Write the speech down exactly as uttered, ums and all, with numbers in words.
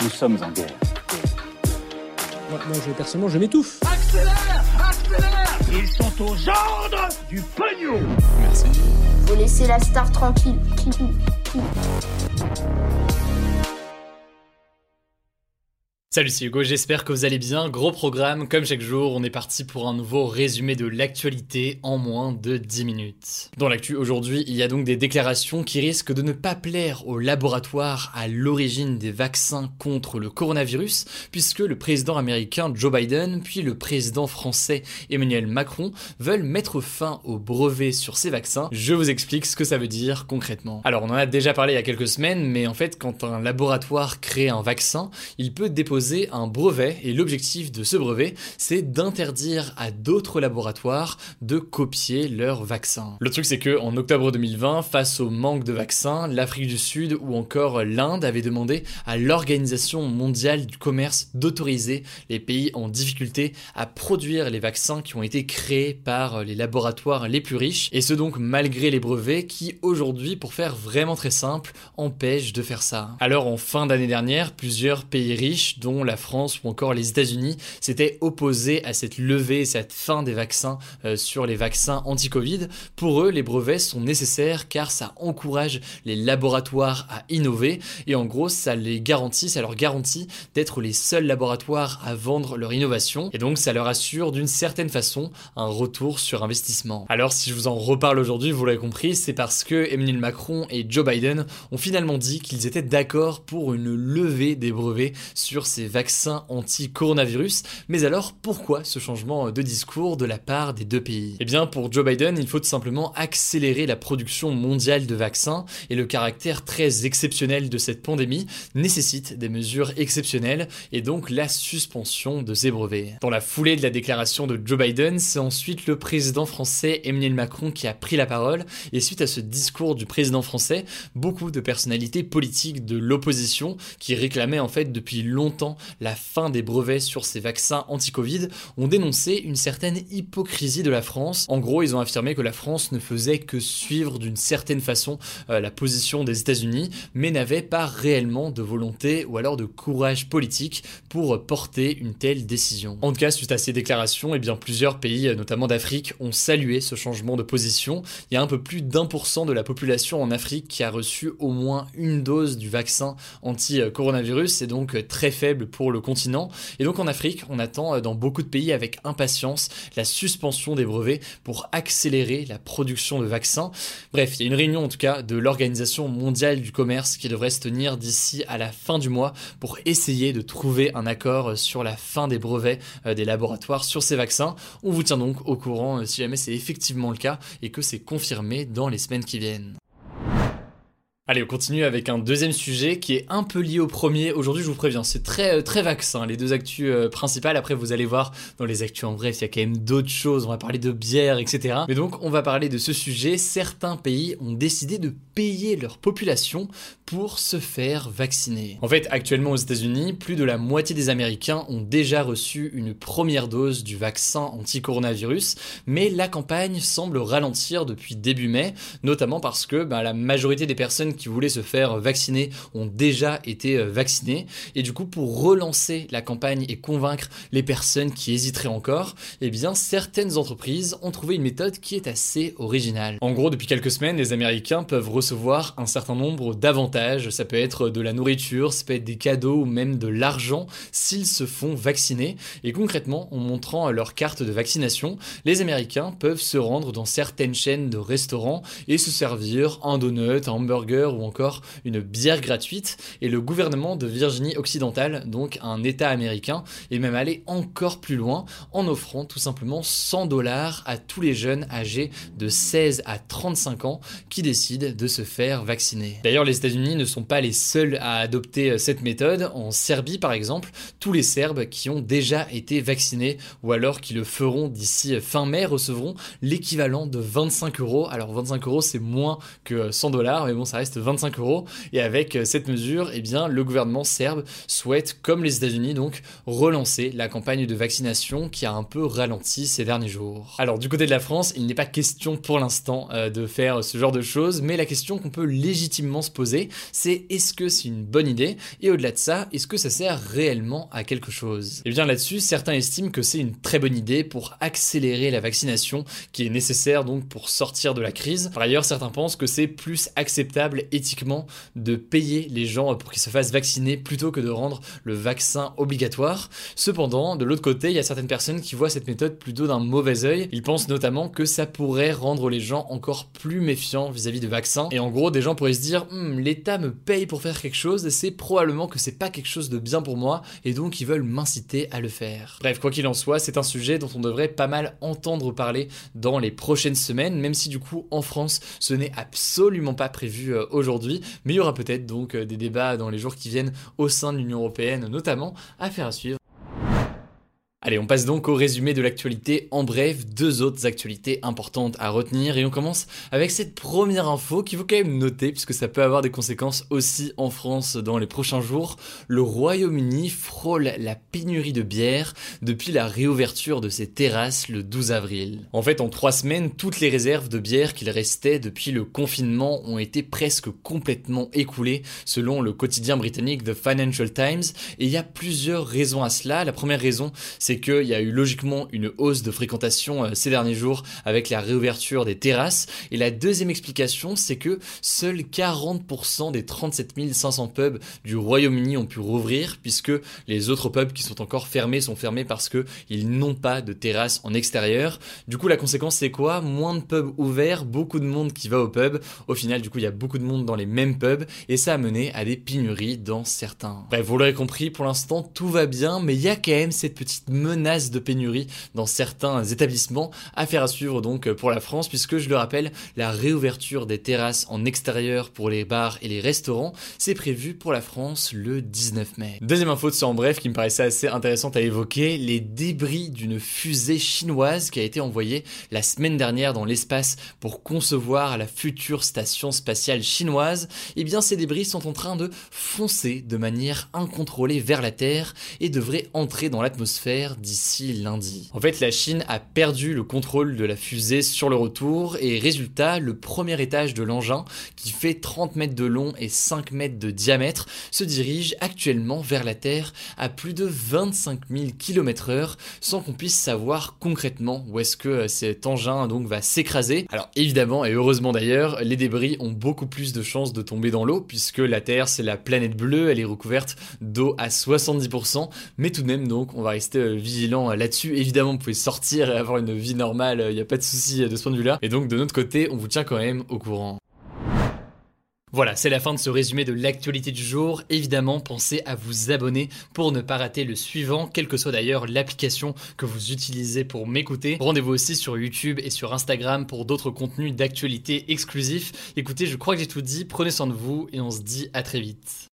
Nous sommes en guerre. Moi, moi je, personnellement, je m'étouffe. Accélère, accélère. Ils sont aux ordres du pognon. Merci. Faut laisser la star tranquille. Salut, c'est Hugo, j'espère que vous allez bien. Gros programme, comme chaque jour, on est parti pour un nouveau résumé de l'actualité en moins de dix minutes. Dans l'actu aujourd'hui, il y a donc des déclarations qui risquent de ne pas plaire aux laboratoires à l'origine des vaccins contre le coronavirus, puisque le président américain Joe Biden, puis le président français Emmanuel Macron veulent mettre fin aux brevets sur ces vaccins. Je vous explique ce que ça veut dire concrètement. Alors, on en a déjà parlé il y a quelques semaines, mais en fait, quand un laboratoire crée un vaccin, il peut déposer un brevet, et l'objectif de ce brevet, c'est d'interdire à d'autres laboratoires de copier leurs vaccins. Le truc, c'est que en octobre deux mille vingt, face au manque de vaccins, l'Afrique du Sud ou encore l'Inde avaient demandé à l'Organisation mondiale du commerce d'autoriser les pays en difficulté à produire les vaccins qui ont été créés par les laboratoires les plus riches, et ce donc malgré les brevets qui aujourd'hui, pour faire vraiment très simple, empêchent de faire ça. Alors en fin d'année dernière, plusieurs pays riches, dont la France ou encore les États-Unis, s'étaient opposés à cette levée, cette fin des vaccins euh, sur les vaccins anti-Covid. Pour eux, les brevets sont nécessaires car ça encourage les laboratoires à innover et en gros, ça les garantit, ça leur garantit d'être les seuls laboratoires à vendre leur innovation et donc ça leur assure d'une certaine façon un retour sur investissement. Alors si je vous en reparle aujourd'hui, vous l'avez compris, c'est parce que Emmanuel Macron et Joe Biden ont finalement dit qu'ils étaient d'accord pour une levée des brevets sur ces vaccins anti-coronavirus. Mais alors, pourquoi ce changement de discours de la part des deux pays ? Eh bien, pour Joe Biden, il faut tout simplement accélérer la production mondiale de vaccins et le caractère très exceptionnel de cette pandémie nécessite des mesures exceptionnelles et donc la suspension de ces brevets. Dans la foulée de la déclaration de Joe Biden, c'est ensuite le président français Emmanuel Macron qui a pris la parole et suite à ce discours du président français, beaucoup de personnalités politiques de l'opposition qui réclamaient en fait depuis longtemps la fin des brevets sur ces vaccins anti-Covid ont dénoncé une certaine hypocrisie de la France. En gros, ils ont affirmé que la France ne faisait que suivre d'une certaine façon euh, la position des États-Unis, mais n'avait pas réellement de volonté ou alors de courage politique pour porter une telle décision. En tout cas, suite à ces déclarations, eh bien, plusieurs pays, notamment d'Afrique, ont salué ce changement de position. Il y a un peu plus d'un pour cent de la population en Afrique qui a reçu au moins une dose du vaccin anti-coronavirus, c'est donc très faible pour le continent. Et donc en Afrique, on attend dans beaucoup de pays avec impatience la suspension des brevets pour accélérer la production de vaccins. Bref, il y a une réunion en tout cas de l'Organisation mondiale du commerce qui devrait se tenir d'ici à la fin du mois pour essayer de trouver un accord sur la fin des brevets des laboratoires sur ces vaccins. On vous tient donc au courant si jamais c'est effectivement le cas et que c'est confirmé dans les semaines qui viennent. Allez, on continue avec un deuxième sujet qui est un peu lié au premier. Aujourd'hui, je vous préviens, c'est très très vaccin, les deux actus euh, principales. Après, vous allez voir dans les actus en bref, il y a quand même d'autres choses. On va parler de bière, et cetera. Mais donc, on va parler de ce sujet. Certains pays ont décidé de payer leur population pour se faire vacciner. En fait, actuellement aux États-Unis, plus de la moitié des Américains ont déjà reçu une première dose du vaccin anti-coronavirus, mais la campagne semble ralentir depuis début mai, notamment parce que bah, la majorité des personnes qui voulaient se faire vacciner ont déjà été vaccinées. Et du coup, pour relancer la campagne et convaincre les personnes qui hésiteraient encore, eh bien, certaines entreprises ont trouvé une méthode qui est assez originale. En gros, depuis quelques semaines, les Américains peuvent recevoir un certain nombre d'avantages. Ça peut être de la nourriture, ça peut être des cadeaux ou même de l'argent s'ils se font vacciner. Et concrètement, en montrant leur carte de vaccination, les Américains peuvent se rendre dans certaines chaînes de restaurants et se servir un donut, un hamburger ou encore une bière gratuite. Et le gouvernement de Virginie occidentale, donc un état américain, est même allé encore plus loin en offrant tout simplement cent dollars à tous les jeunes âgés de seize à trente-cinq ans qui décident de se faire vacciner. D'ailleurs, les États-Unis ne sont pas les seuls à adopter cette méthode. En Serbie par exemple, tous les Serbes qui ont déjà été vaccinés ou alors qui le feront d'ici fin mai recevront l'équivalent de vingt-cinq euros. Alors vingt-cinq euros c'est moins que cent dollars, mais bon, ça reste reste vingt-cinq euros. Et avec cette mesure, eh bien, le gouvernement serbe souhaite, comme les États-Unis, donc relancer la campagne de vaccination qui a un peu ralenti ces derniers jours. Alors du côté de la France, il n'est pas question pour l'instant euh, de faire ce genre de choses, mais la question qu'on peut légitimement se poser, c'est est-ce que c'est une bonne idée? Et au-delà de ça, est-ce que ça sert réellement à quelque chose? Et bien là-dessus, certains estiment que c'est une très bonne idée pour accélérer la vaccination qui est nécessaire donc pour sortir de la crise. Par ailleurs, certains pensent que c'est plus acceptable éthiquement de payer les gens pour qu'ils se fassent vacciner plutôt que de rendre le vaccin obligatoire. Cependant, de l'autre côté, il y a certaines personnes qui voient cette méthode plutôt d'un mauvais œil. Ils pensent notamment que ça pourrait rendre les gens encore plus méfiants vis-à-vis de vaccins. Et en gros, des gens pourraient se dire hm, l'État me paye pour faire quelque chose, c'est probablement que c'est pas quelque chose de bien pour moi, et donc ils veulent m'inciter à le faire. Bref, quoi qu'il en soit, c'est un sujet dont on devrait pas mal entendre parler dans les prochaines semaines, même si du coup en France ce n'est absolument pas prévu euh, aujourd'hui, mais il y aura peut-être donc euh, des débats dans les jours qui viennent au sein de l'Union européenne notamment, à faire à suivre. Allez, on passe donc au résumé de l'actualité. En bref, deux autres actualités importantes à retenir et on commence avec cette première info qu'il faut quand même noter puisque ça peut avoir des conséquences aussi en France dans les prochains jours. Le Royaume-Uni frôle la pénurie de bière depuis la réouverture de ses terrasses le douze avril. En fait, en trois semaines, toutes les réserves de bière qu'il restait depuis le confinement ont été presque complètement écoulées selon le quotidien britannique The Financial Times et il y a plusieurs raisons à cela. La première raison, c'est c'est qu'il y a eu logiquement une hausse de fréquentation euh, ces derniers jours avec la réouverture des terrasses. Et la deuxième explication, c'est que seuls quarante pour cent des trente-sept mille cinq cents pubs du Royaume-Uni ont pu rouvrir, puisque les autres pubs qui sont encore fermés sont fermés parce qu'ils n'ont pas de terrasse en extérieur. Du coup, la conséquence, c'est quoi? Moins de pubs ouverts, beaucoup de monde qui va au pub. Au final, du coup, il y a beaucoup de monde dans les mêmes pubs et ça a mené à des pénuries dans certains. Bref, vous l'aurez compris, pour l'instant, tout va bien, mais il y a quand même cette petite menace de pénurie dans certains établissements. Affaire à suivre donc pour la France, puisque je le rappelle, la réouverture des terrasses en extérieur pour les bars et les restaurants, c'est prévu pour la France le dix-neuf mai. Deuxième info de ça en bref qui me paraissait assez intéressante à évoquer, les débris d'une fusée chinoise qui a été envoyée la semaine dernière dans l'espace pour concevoir la future station spatiale chinoise. Et bien ces débris sont en train de foncer de manière incontrôlée vers la Terre et devraient entrer dans l'atmosphère d'ici lundi. En fait, la Chine a perdu le contrôle de la fusée sur le retour et résultat, le premier étage de l'engin, qui fait trente mètres de long et cinq mètres de diamètre, se dirige actuellement vers la Terre à plus de vingt-cinq mille kilomètres heure sans qu'on puisse savoir concrètement où est-ce que cet engin donc va s'écraser. Alors évidemment et heureusement d'ailleurs, les débris ont beaucoup plus de chances de tomber dans l'eau puisque la Terre c'est la planète bleue, elle est recouverte d'eau à soixante-dix pour cent, mais tout de même donc on va rester vigilant là-dessus. Évidemment, vous pouvez sortir et avoir une vie normale, il n'y a pas de souci de ce point de vue-là. Et donc, de notre côté, on vous tient quand même au courant. Voilà, c'est la fin de ce résumé de l'actualité du jour. Évidemment, pensez à vous abonner pour ne pas rater le suivant, quelle que soit d'ailleurs l'application que vous utilisez pour m'écouter. Rendez-vous aussi sur YouTube et sur Instagram pour d'autres contenus d'actualité exclusifs. Écoutez, je crois que j'ai tout dit, prenez soin de vous et on se dit à très vite.